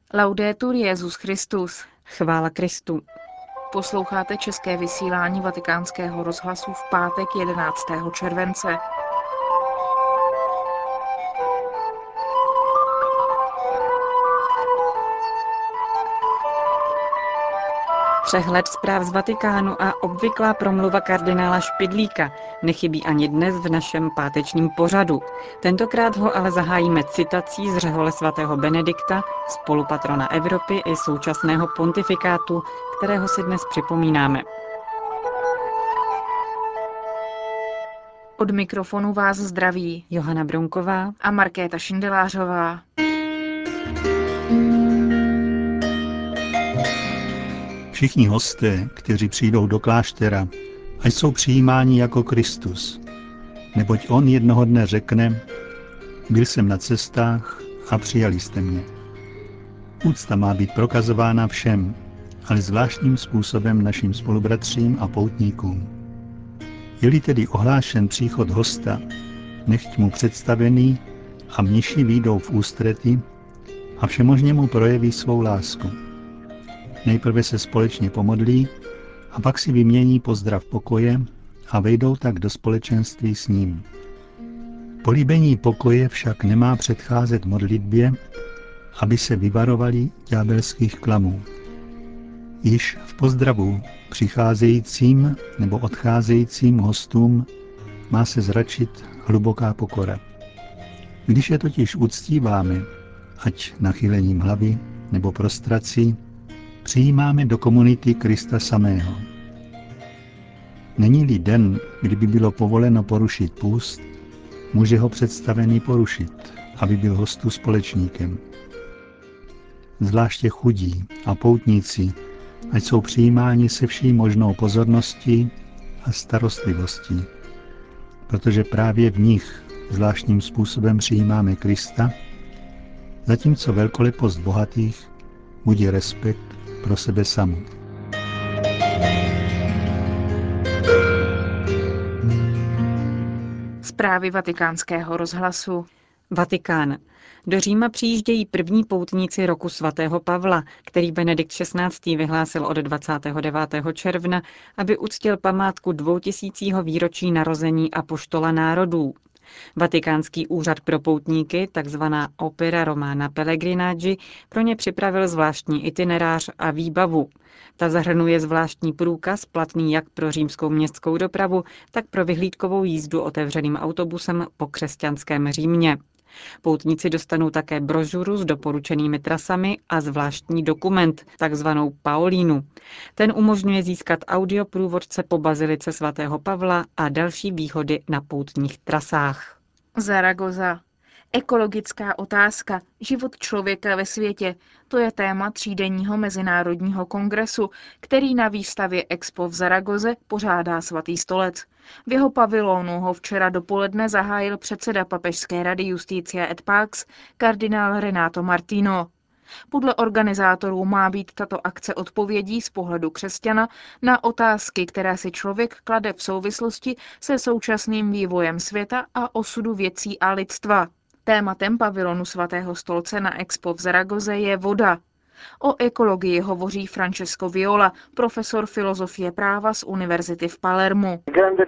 Laudetur Jesus Christus. Chvála Kristu. Posloucháte české vysílání Vatikánského rozhlasu v pátek 11. července. Přehled zpráv z Vatikánu a obvyklá promluva kardinála Špidlíka nechybí ani dnes v našem pátečním pořadu. Tentokrát ho ale zahájíme citací z řehole svatého Benedikta, spolupatrona Evropy i současného pontifikátu, kterého si dnes připomínáme. Od mikrofonu vás zdraví Johana Brunková a Markéta Šindelářová. Všichni hosté, kteří přijdou do kláštera, ať jsou přijímáni jako Kristus, neboť on jednoho dne řekne: byl jsem na cestách a přijali jste mě. Úcta má být prokazována všem, ale zvláštním způsobem našim spolubratřím a poutníkům. Je-li tedy ohlášen příchod hosta, nechť mu představený a mniši výjdou v ústrety a všemožně mu projeví svou lásku. Nejprve se společně pomodlí a pak si vymění pozdrav pokoje a vejdou tak do společenství s ním. Políbení pokoje však nemá předcházet modlitbě, aby se vyvarovali ďábelských klamů. Již v pozdravu přicházejícím nebo odcházejícím hostům má se zračit hluboká pokora. Když je totiž uctíváme, ať nachylením hlavy nebo prostrací, přijímáme do komunity Krista samého. Není-li den, kdyby bylo povoleno porušit půst, může ho představený porušit, aby byl hostu společníkem. Zvláště chudí a poutníci, ať jsou přijímáni se vší možnou pozorností a starostlivostí, protože právě v nich zvláštním způsobem přijímáme Krista, zatímco velkolepost bohatých budí respekt pro sebe samu. Zprávy Vatikánského rozhlasu. Vatikán. Do Říma přijíždějí první poutníci roku svatého Pavla, který Benedikt XVI. Vyhlásil od 29. června, aby uctil památku 2000. výročí narození apoštola národů. Vatikánský úřad pro poutníky, takzvaná Opera Romana Pellegrinaggi, pro ně připravil zvláštní itinerář a výbavu. Ta zahrnuje zvláštní průkaz, platný jak pro římskou městskou dopravu, tak pro vyhlídkovou jízdu otevřeným autobusem po křesťanském Římě. Poutníci dostanou také brožuru s doporučenými trasami a zvláštní dokument, takzvanou Paulínu. Ten umožňuje získat audioprůvodce po bazilice svatého Pavla a další výhody na poutních trasách. Zaragoza. Ekologická otázka, život člověka ve světě, to je téma třídenního mezinárodního kongresu, který na výstavě Expo v Zaragoze pořádá Svatý stolec. V jeho pavilonu ho včera dopoledne zahájil předseda Papežské rady Justitia et Pax, kardinál Renato Martino. Podle organizátorů má být tato akce odpovědí z pohledu křesťana na otázky, které si člověk klade v souvislosti se současným vývojem světa a osudu věcí a lidstva. Tématem pavilonu svatého stolce na Expo v Zaragoze je voda. O ekologii hovoří Francesco Viola, profesor filozofie práva z univerzity v Palermu.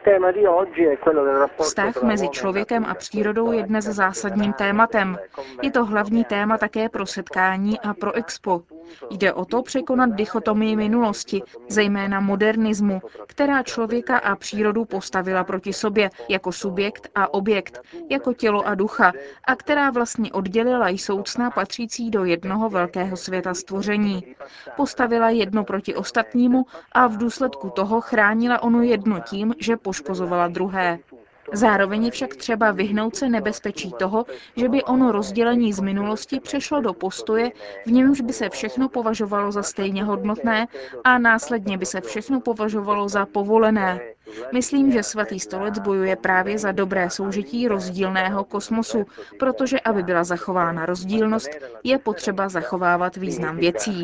Vztah mezi člověkem a přírodou je dnes zásadním tématem. Je to hlavní téma také pro setkání a pro Expo. Jde o to překonat dichotomii minulosti, zejména modernismu, která člověka a přírodu postavila proti sobě jako subjekt a objekt, jako tělo a ducha, a která vlastně oddělila jsoucna patřící do jednoho velkého světa stvoření. Postavila jedno proti ostatnímu a v důsledku toho chránila ono jedno tím, že poškozovala druhé. Zároveň je však třeba vyhnout se nebezpečí toho, že by ono rozdělení z minulosti přešlo do postoje, v němž by se všechno považovalo za stejně hodnotné a následně by se všechno považovalo za povolené. Myslím, že Svatý stolec bojuje právě za dobré soužití rozdílného kosmosu, protože aby byla zachována rozdílnost, je potřeba zachovávat význam věcí.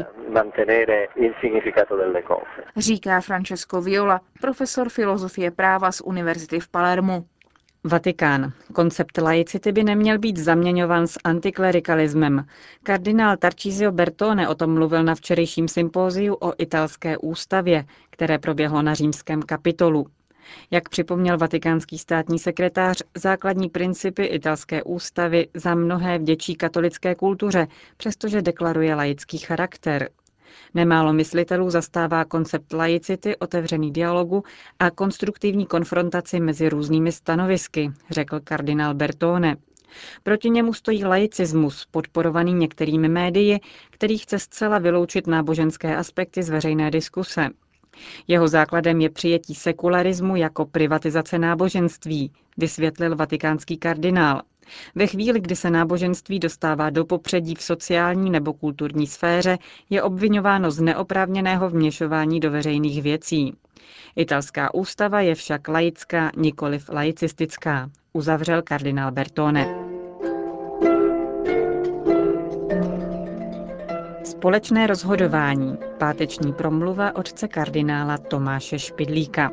Říká Francesco Viola, profesor filozofie práva z univerzity v Palermu. Vatikán. Koncept laicity by neměl být zaměňován s antiklerikalismem. Kardinál Tarcísio Bertone o tom mluvil na včerejším sympóziu o italské ústavě, které proběhlo na Římském kapitolu. Jak připomněl vatikánský státní sekretář, základní principy italské ústavy za mnohé vděčí katolické kultuře, přestože deklaruje laický charakter. Nemálo myslitelů zastává koncept laicity, otevřený dialogu a konstruktivní konfrontaci mezi různými stanovisky, řekl kardinál Bertone. Proti němu stojí laicismus, podporovaný některými médii, který chce zcela vyloučit náboženské aspekty z veřejné diskuse. Jeho základem je přijetí sekularismu jako privatizace náboženství, vysvětlil vatikánský kardinál. Ve chvíli, kdy se náboženství dostává do popředí v sociální nebo kulturní sféře, je obviňováno z neoprávněného vměšování do veřejných věcí. Italská ústava je však laická, nikoliv laicistická, uzavřel kardinál Bertone. Společné rozhodování. Páteční promluva otce kardinála Tomáše Špidlíka.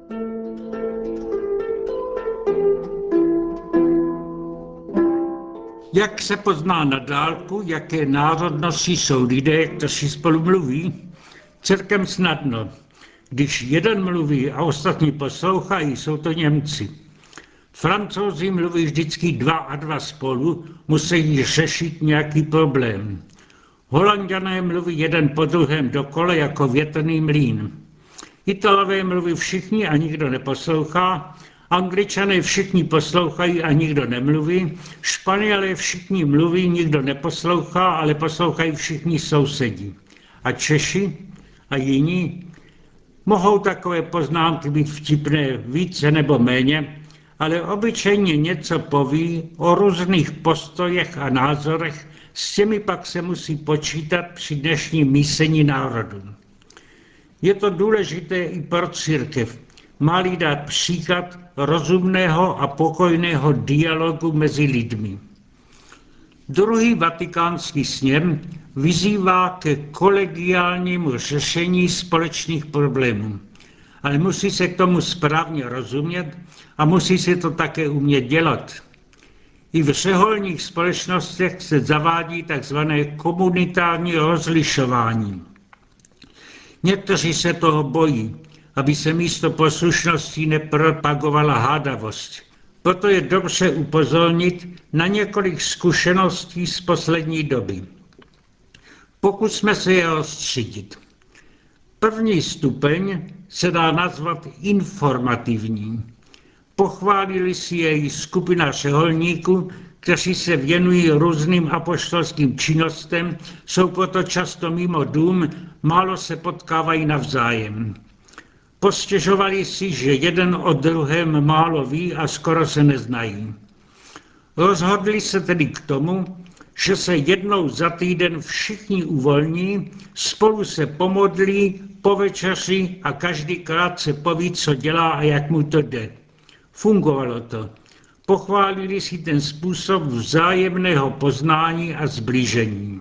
Jak se pozná na dálku, jaké národnosti jsou lidé, kteří spolu mluví? Celkem snadno. Když jeden mluví a ostatní poslouchají, jsou to Němci. Francouzi mluví vždycky 2 a 2 spolu, musí řešit nějaký problém. Holanďané mluví jeden po druhém dokola jako větrný mlýn. Italové mluví všichni a nikdo neposlouchá. Angličané všichni poslouchají a nikdo nemluví. Španělé všichni mluví, nikdo neposlouchá, ale poslouchají všichni sousedí. A Češi a jiní mohou takové poznámky být vtipné více nebo méně, ale obyčejně něco poví o různých postojech a názorech, s těmi pak se musí počítat při dnešním mísení národu. Je to důležité i pro církev. Má-li dát příklad rozumného a pokojného dialogu mezi lidmi. Druhý vatikánský sněm vyzývá ke kolegiálnímu řešení společných problémů. Ale musí se k tomu správně rozumět a musí se to také umět dělat. I v řeholních společnostech se zavádí tzv. Komunitární rozlišování. Někteří se toho bojí, aby se místo poslušnosti nepropagovala hádavost. Proto je dobře upozornit na několik zkušeností z poslední doby. Pokusme se je rozstřídit. První stupeň se dá nazvat informativní. Pochválili si jej skupina řeholníků, kteří se věnují různým apoštolským činnostem, jsou proto často mimo dům, málo se potkávají navzájem. Postěžovali si, že jeden o druhém málo ví a skoro se neznají. Rozhodli se tedy k tomu, že se jednou za týden všichni uvolní, spolu se pomodlí, povečeří a každý krátce poví, co dělá a jak mu to jde. Fungovalo to. Pochválili si ten způsob vzájemného poznání a zblížení.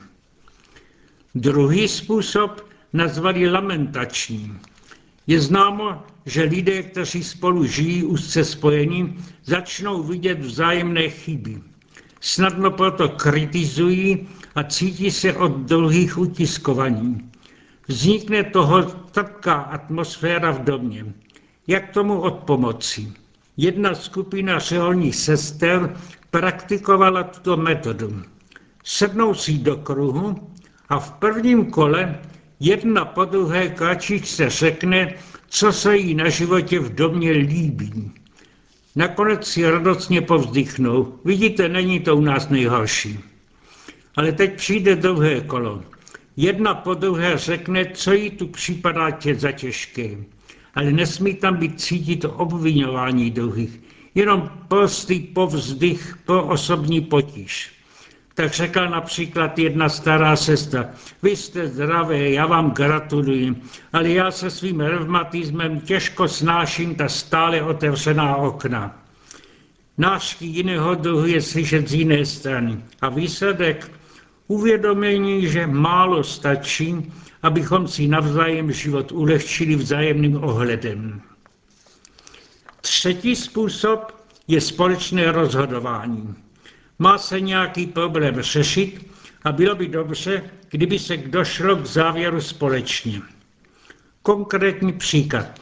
Druhý způsob nazvali lamentační. Je známo, že lidé, kteří spolu žijí úzce spojení, začnou vidět vzájemné chyby. Snadno proto kritizují a cítí se od druhých utiskovaní. Vznikne toho trpká atmosféra v domě. Jak tomu odpomoci? Jedna skupina řeholních sester praktikovala tuto metodu. Sednou si do kruhu a v prvním kole jedna po druhé kračičce řekne, co se jí na životě v domě líbí. Nakonec si radostně povzdychnou. Vidíte, není to u nás nejhorší. Ale teď přijde druhé kolo. Jedna po druhé řekne, co jí tu připadá za těžké. Ale nesmí tam být cítit obviňování druhých. Jenom prostý povzdych pro osobní potíž. Tak řekla například jedna stará sestra, vy jste zdravé, já vám gratuluji, ale já se svým revmatismem těžko snáším ta stále otevřená okna. Nářky jiného druhu je slyšet z jiné strany. A výsledek? Uvědomění, že málo stačí, abychom si navzájem život ulehčili vzájemným ohledem. Třetí způsob je společné rozhodování. Má se nějaký problém řešit a bylo by dobře, kdyby se došlo k závěru společně. Konkrétní příklad.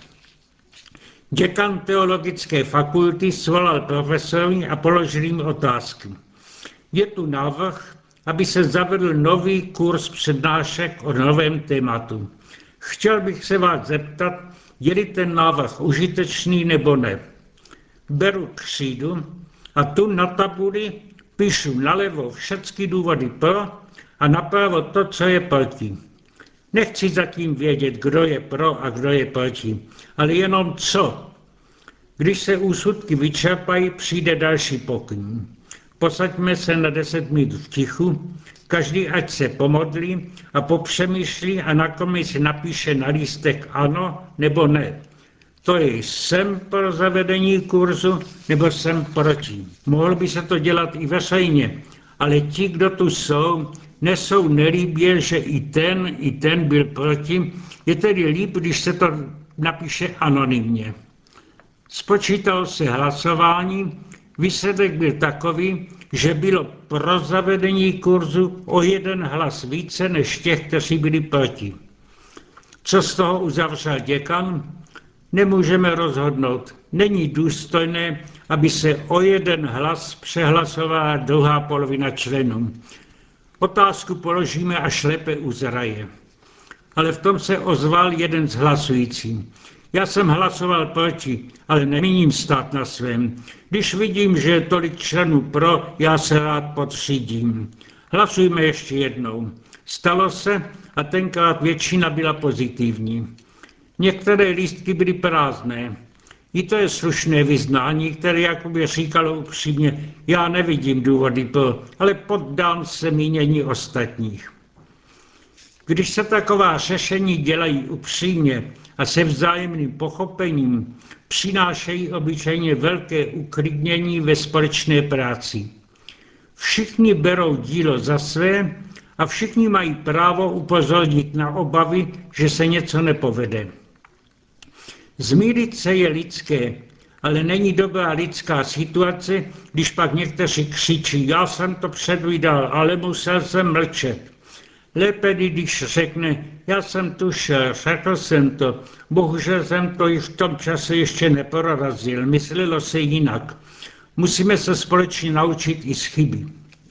Děkan teologické fakulty svolal profesory a položil jim otázky. Je tu návrh, aby se zavedl nový kurz přednášek o novém tématu. Chtěl bych se vás zeptat, je-li ten návrh užitečný nebo ne. Beru křídu a tu na tabuli píšu nalevo všechny důvody pro a napravo to, co je proti. Nechci zatím vědět, kdo je pro a kdo je proti, ale jenom co. Když se úsudky vyčerpají, přijde další pokyn. Posaďme se na 10 minut v tichu, každý ať se pomodlí a popřemýšlí a nakonec napíše na lístek ano nebo ne. To je jsem pro zavedení kurzu nebo jsem proti. Mohl by se to dělat i veřejně, ale ti, kdo tu jsou, nesou nelíbě, že i ten byl proti. Je tedy líp, když se to napíše anonymně. Spočítalo se hlasování, výsledek byl takový, že bylo pro zavedení kurzu o 1 hlas více než těch, kteří byli proti. Co z toho uzavřel děkan? Nemůžeme rozhodnout. Není důstojné, aby se o 1 hlas přehlasovala druhá polovina členů. Otázku položíme, až lépe uzraje. Ale v tom se ozval jeden z hlasujících. Já jsem hlasoval proti, ale nemíním stát na svém. Když vidím, že je tolik členů pro, já se rád podřídím. Hlasujme ještě jednou. Stalo se a tenkrát většina byla pozitivní. Některé lístky byly prázdné. I to je slušné vyznání, které jakoby říkalo upřímně, já nevidím důvody pro, ale poddám se mínění ostatních. Když se taková řešení dělají upřímně a se vzájemným pochopením, přinášejí obyčejně velké uklidnění ve společné práci. Všichni berou dílo za své a všichni mají právo upozornit na obavy, že se něco nepovede. Zmýlit se je lidské, ale není dobrá lidská situace, když pak někteří křičí, já jsem to předvídal, ale musel jsem mlčet. Lépe, když řekne, já jsem tušel, řekl jsem to, bohužel jsem to i v tom čase ještě neprorazil, myslelo se jinak. Musíme se společně naučit i z chyby.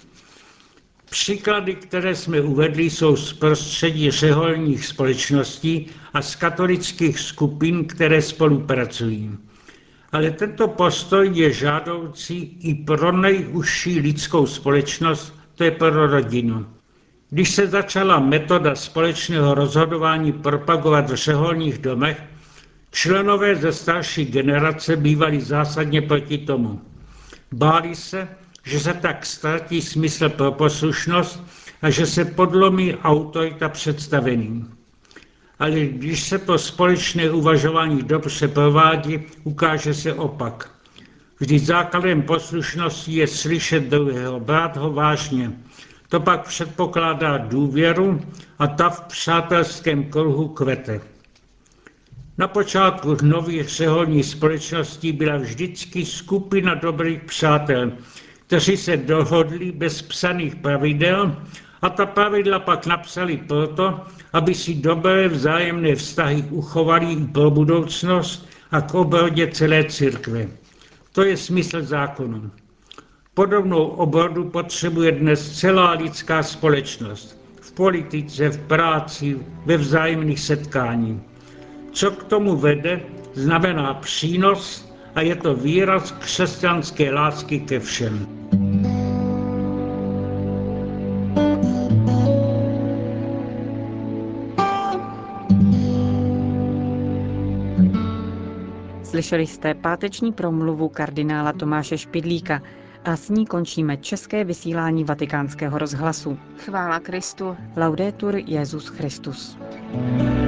Příklady, které jsme uvedli, jsou z prostředí řeholních společností a z katolických skupin, které spolupracují. Ale tento postoj je žádoucí i pro nejužší lidskou společnost, to je pro rodinu. Když se začala metoda společného rozhodování propagovat v řeholních domech, členové ze starší generace bývali zásadně proti tomu. Báli se, že se tak ztratí smysl pro poslušnost a že se podlomí autorita představeným. Ale když se to společné uvažování dobře provádí, ukáže se opak. Vždyť základem poslušnosti je slyšet druhého, brát ho vážně. To pak předpokládá důvěru a ta v přátelském kruhu kvete. Na počátku nových řeholních společností byla vždycky skupina dobrých přátel, kteří se dohodli bez psaných pravidel a ta pravidla pak napsali proto, aby si dobré vzájemné vztahy uchovali i pro budoucnost a k obrodě celé církve. To je smysl zákonu. Podobnou obrodu potřebuje dnes celá lidská společnost. V politice, v práci, ve vzájemných setkáních. Co k tomu vede, znamená přínos a je to výraz křesťanské lásky ke všem. Slyšeli jste páteční promluvu kardinála Tomáše Špidlíka a s ní končíme české vysílání Vatikánského rozhlasu. Chvála Kristu. Laudetur Jesus Christus.